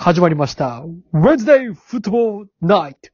始まりました。Wednesday Football Night。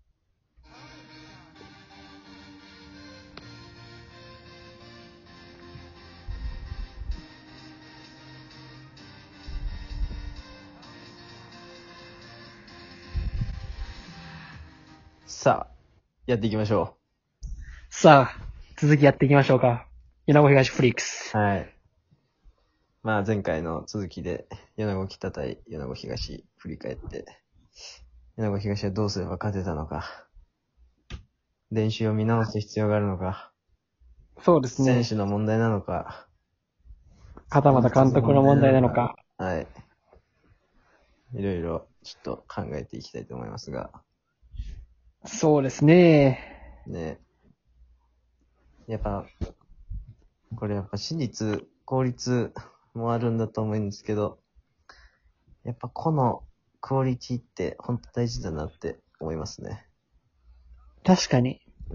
さあ、やっていきましょさあ、続きやっていきましょうか。米子東フリックス。 う。はい。まあ前回の続きで、米子北対米子東振り返って、米子東はどうすれば勝てたのか、練習を見直す必要があるのか、 そうですね。 選手の問題なのか、 はたまた監督の問題なのか。 はい。いろいろちょっと考えていきたいと思いますが、 そうですね。 ね。やっぱ、これやっぱ私立、公立もあるんだと思うんですけど、やっぱこのクオリティって本当大事だなって思いますね。 確かに。 うん。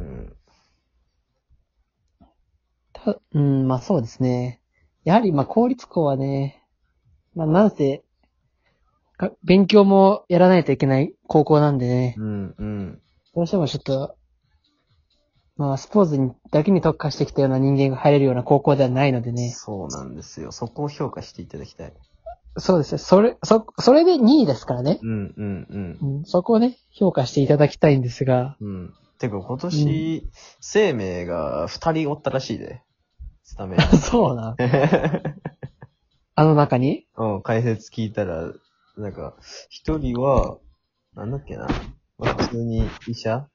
まあそうですね。やはり公立校はね、なんせ、勉強もやらないといけない高校なんでね。 うん、うん。 どうしてもちょっと、スポーツにだけに特化してきたような人間が入れるような高校ではないのでね。 そうなんですよ。そこを評価していただきたい。 そうですね。それで2位ですからね。 うん、うん、 そこをね、評価していただきたいんですが。 うん。うん。てか今年、生命が2人おったらしいで。スタメン。 そうな。あの中にうん、解説聞いたら、なんか、一人は、なんだっけな。まあ、普通に医者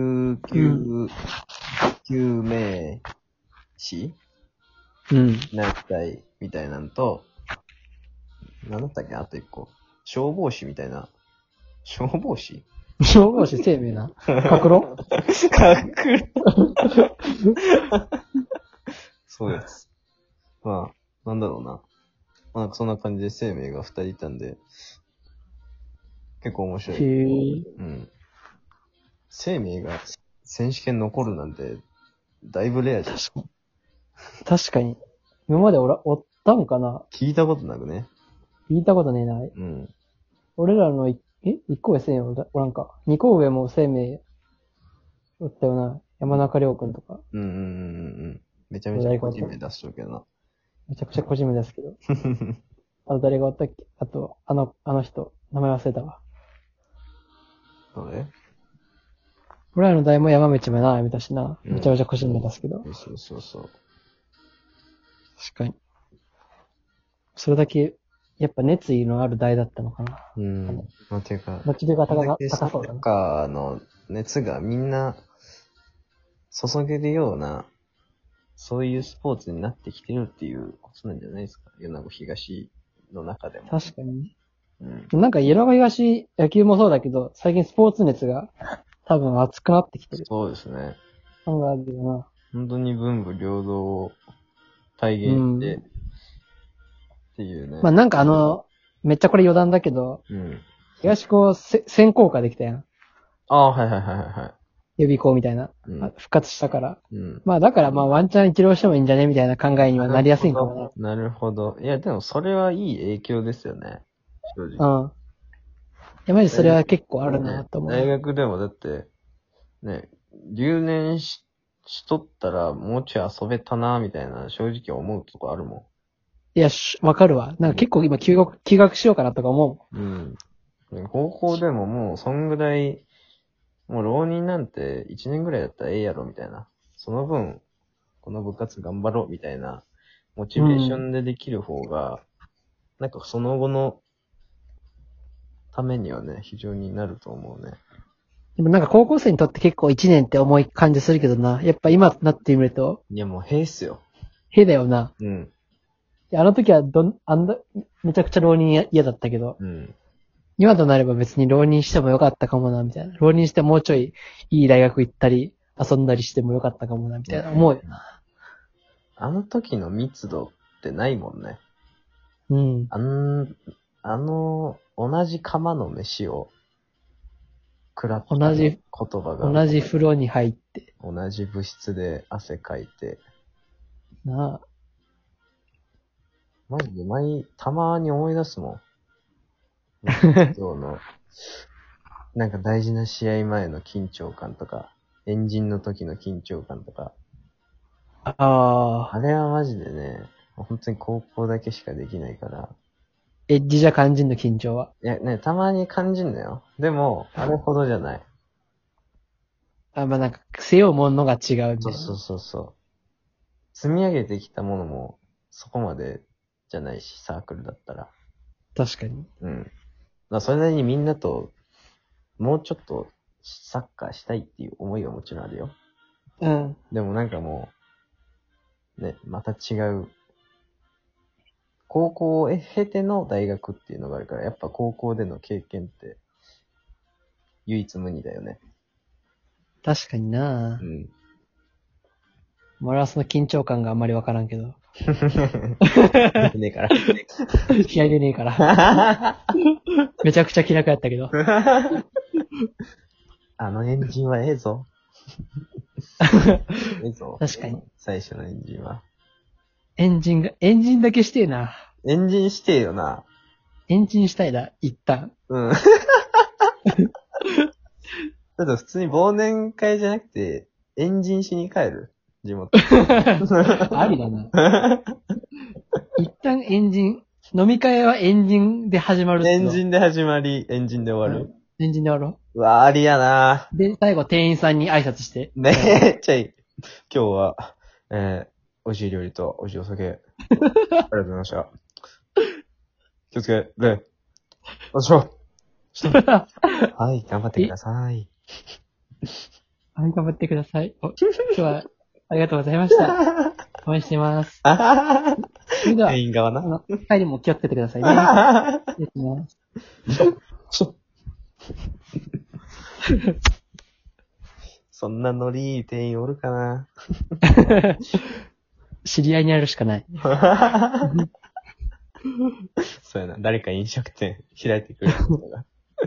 救命士うん。 なりたいみたいなんと、なんだったっけあと一個。消防士みたいな。消防士消防士生命な。格論そうです。まあ、なんだろうな。まあ、なんかそんな感じで生命が2人いたんで、結構面白い。 へうん。生命が選手権残るなんて、だいぶレアじゃん。 確かに。今までおったんかな聞いたことなくね。 聞いたことねえな。 うん。 俺らの一個上生命おらんか。二個上も生命おったよな。山中亮君とか。 うんうんうんうん。めちゃめちゃ個人名出しとるけどな。 めちゃくちゃ個人名ですけど。あと誰がおったっけあと、あの人。名前忘れたわ。 どれ俺らの代も山道もな、やめたしな。 うんめちゃめちゃ個人名出すけど。 そうそうそう。 確かに。それだけ、やっぱ熱意のある代だったのかな。 うん。まあ、ていうか、 モチベがこれだけサッ高そうだな。 カーの熱がみんな注げるような、そういうスポーツになってきてるっていうことなんじゃないですか。米子東の中でも。 確かに。 うん。 なんか、イエロー東野球もそうだけど、最近スポーツ熱が多分熱くなってきてるそうですね。 感があるよな。 本当に文武両道を体現してっていうね。 なんかめっちゃこれ余談だけど、 うん。 東高選考科できたやん。 ああ、はいはいはいは予備校みたいな。 い。うん。 復活したから。 うん。 だからワンチャン一浪してもいいんじゃねみたいな考えにはなりやすいんかもなるほど。いや、でもそれはいい影響ですよね。正な。 直。 うん。いや、マジそれは結構あるなと思大う。 学でもだって、ね、留年しとったらもうちょい遊べたな、みたいな正直思うとこあるもいや、わかるわ。なんか結構今休学しようかなとか思ん。うん。高校でももうそんぐらい、もう浪人なんて1年ぐらいだったらええやろ、みたいな。その分、この部活頑張ろう、みたいな、モチベーションでできる方が、なんかその後のためにはね、非常になると思うね。 でもなんか高校生にとって結構一年って重い感じするけどな。やっぱ今なってみると、 いや、もう平っすよ。 へだよな。 うん。 いやあの時はめちゃくちゃ浪人嫌だったけど、 うん。 今となれば別に浪人してもよかったかもな、みたいな。浪人してもうちょいいい大学行ったり、遊んだりしてもよかったかもな、みたいな思うよな。 あの時の密度ってないもんね。 うん。 同じ釜の飯を食らった同じ言葉が、 風呂に入って。 同じ部室で汗かいて、 なあ。 マジでたまに思い出すもん。 今日の、なんか大事な試合前の緊張感とか、エンジンの時の緊張感とか、 ああ、 あれはマジでね、本当に高校だけしかできないから、 エッジじゃ肝心の緊張は。 いやね、たまに感じんのよ。でも、あれほどじゃない。 あ、まあなんか、背負うものが違うみたいな。 そうそうそうそう。積み上げてきたものも、そこまでじゃないし、サークルだったら。 確かに。 うん。それなりにみんなと、もうちょっとサッカーしたいっていう思いはもちろんあるよ。 うん。 でもなんかもう、ね、また違う。高校を経ての大学っていうのがあるから、やっぱ高校での経験って唯一無二だよね。 確かになう。ん。 俺はその緊張感があんまりわからんけど。 できねえから。 気合い出ねえから。めちゃくちゃ気楽やったけど。 あのエンジンはええぞ。ええぞ。 確かに。 最初のエンジンは。 エンジンだけしてえな。 エンジンしてえよな。 エンジンしたいな、一旦。 うん。だって普通に忘年会じゃなくて、エンジンしに帰る地元。 ありだな。一旦エンジン、飲み会はエンジンで始まるエンンジンで始まり、エンジンで終わる。 エンジンで終わろうわ、ありやなう。で、最後店員さんに挨拶して。 めっちゃいい。今日は、美味しい料理と美味しいお酒、ありがとうございました。気をつけ、で、よいしょ。はい、頑張ってください。 はい、頑張ってください。今日はありがとうございました。応援してます。 あはははそれでは、 店員側な。 帰りも気をつけてくださいね。失礼しますそんなノリいい店員おるかな知り合いになるしかない。 そうやな。誰か飲食店開いてくれる人が。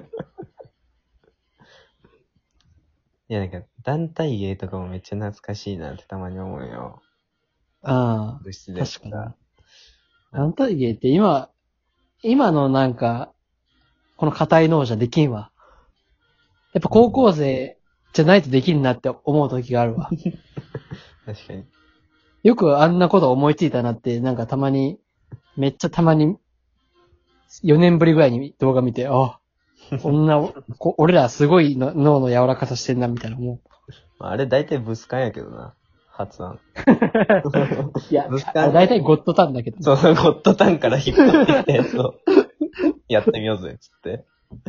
いや、なんか、団体芸とかもめっちゃ懐かしいなってたまに思うよ。 あ部室であ、確かに。 さ。 団体芸って今のなんか、この硬い脳じゃできんわ。やっぱ高校生じゃないとできんなって思う時があるわ。 確かに。 よくあんなこと思いついたなって、なんかめっちゃたまに、4年ぶりぐらいに動画見て、あ、こんな、俺らすごいの脳の柔らかさしてんな、みたいな思まあ、あれ大体ブスカンやけどな。発案。 う。いや、 ブスカンだいたいゴッドタンだけど。 そう、ゴッドタンから引っ張ってきたやつをやってみようぜ、つって。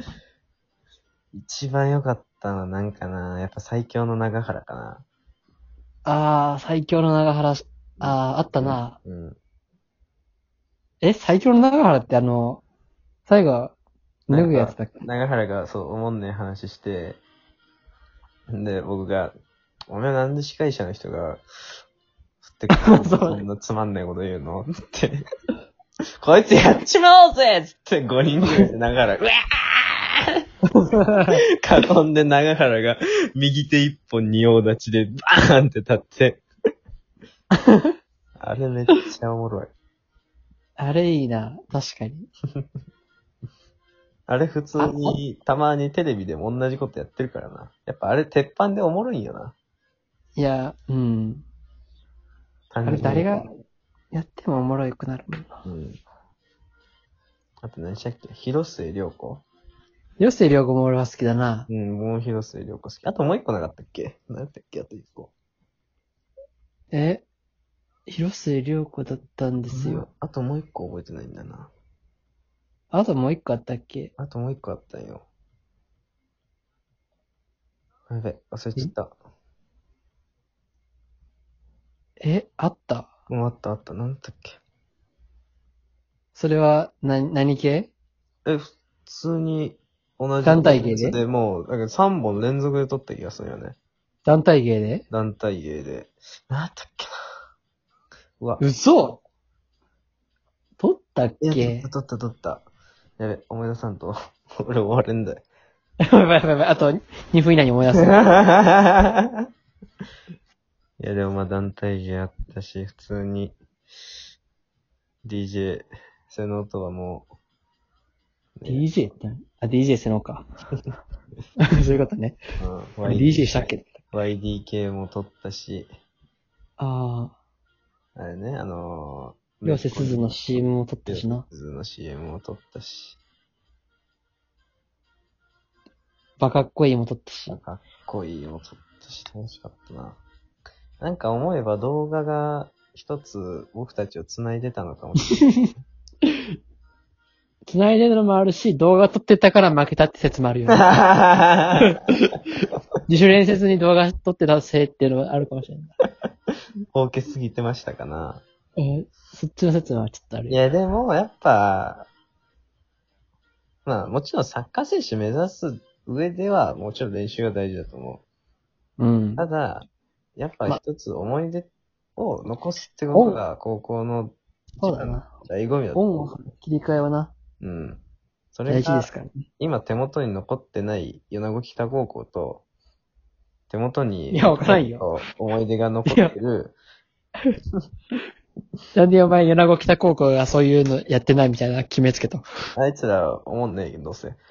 一番良かったのはなんかな、やっぱ最強の長原かな。 あー、最強の長原、あったな。 うん。 最強の長原って最後、脱ぐやつだっけ？ 長原がそう、おもんねえ話して、で、僕が、お前なんで司会者の人が、振ってくるそうそんなつまんないこと言うのって。こいつやっちまおうぜつって5人ぐらいで長原、うわー囲んで長原が右手一本仁王立ちでバーンって立って。あれめっちゃおもろい。 あれいいな、確かに。 あれ普通にたまにテレビでも同じことやってるからな。やっぱあれ鉄板でおもろいんよな。 いや、うん。あれ誰がやってもおもろくなるもんな。 うん。あと何したっけ広末涼子広末涼子も俺は好きだな。 うん、もう広末涼子好き。あともう一個なかったっけ何だったっけあと一個。 広末涼子だったんですよ。 あともう一個覚えてないんだな。 あともう一個あったっけ？ あともう一個あったんよ。やべ、忘れちゃった。 あった。 もうあったあった。なんだっけそれは、何系？ 普通に同じ団体芸ででもう、3本連続で撮った気がするよね。 団体芸で団体芸で。なんだっけな。うわ。 嘘撮ったっいや、 け？ 撮った。やべ、思い出さんと。俺終われんだよ。 やばいやばいやばい。あと2分以内に思い出す。 いや、でもまあ団体芸あったし、普通に DJ、その音はもう、 DJ って何DJ 瀬能か。そういうことね。 うん。 DJ したっけ YDK も撮ったし、 ああ、 あれね、 広瀬すずの CM も撮ったしな。 すずの CM も撮ったし、 バカっこいいも撮ったし。 かっこいいも撮ったし、楽しかったな。なんか思えば動画が一つ僕たちを繋いでたのかもしれない。 繋いでるのもあるし、動画撮ってたから負けたって説もあるよね。自主練せずに動画撮ってたせいっていうのはあるかもしれない。 大けすぎてましたかな。 そっちの説はちょっとあるよ。 いや、でも、やっぱ、まあ、もちろんサッカー選手目指す上では、もちろん練習が大事だと思うんう。。ただ、やっぱ一つ思い出を残すってことが、高校のそうだな。 醍醐味だと思う。 音楽の切り替えはな、 うん。それ大事でがすからね。 今手元に残ってない米子北高校と、手元にいやわからんよ思い出が残ってる、 なんでお前、米子北高校がそういうのやってないみたいな決めつけと。 あいつら思んねえけど、どうせ。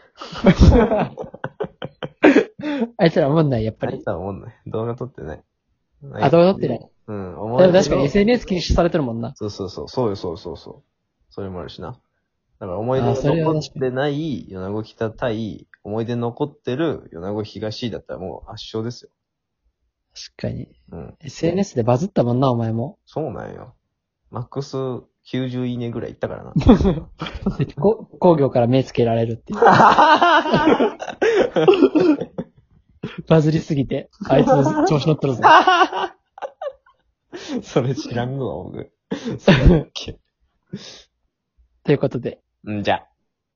あいつら思んない、やっぱあいり。 つら思んない。動画撮ってない。 あ、動画撮ってない。 うん、 で思い出のも確かに SNS 禁止されてるもんな。 そうそうそう、そうよ、そうそうそう。それもあるしな。だから思い出あそれは残っ確かてない米子北対、思い出残ってる米子東だったらもう圧勝ですよ。 確かに。 うん。 SNS でバズったもんな、お前も。 そうなんよ。マックス90いいねぐらいいったからな。 工業から目つけられるっていう。バズりすぎて、あいつの調子乗っとるぞ。 それ知らんのわ、僕。 ということで。 うん、じゃあ。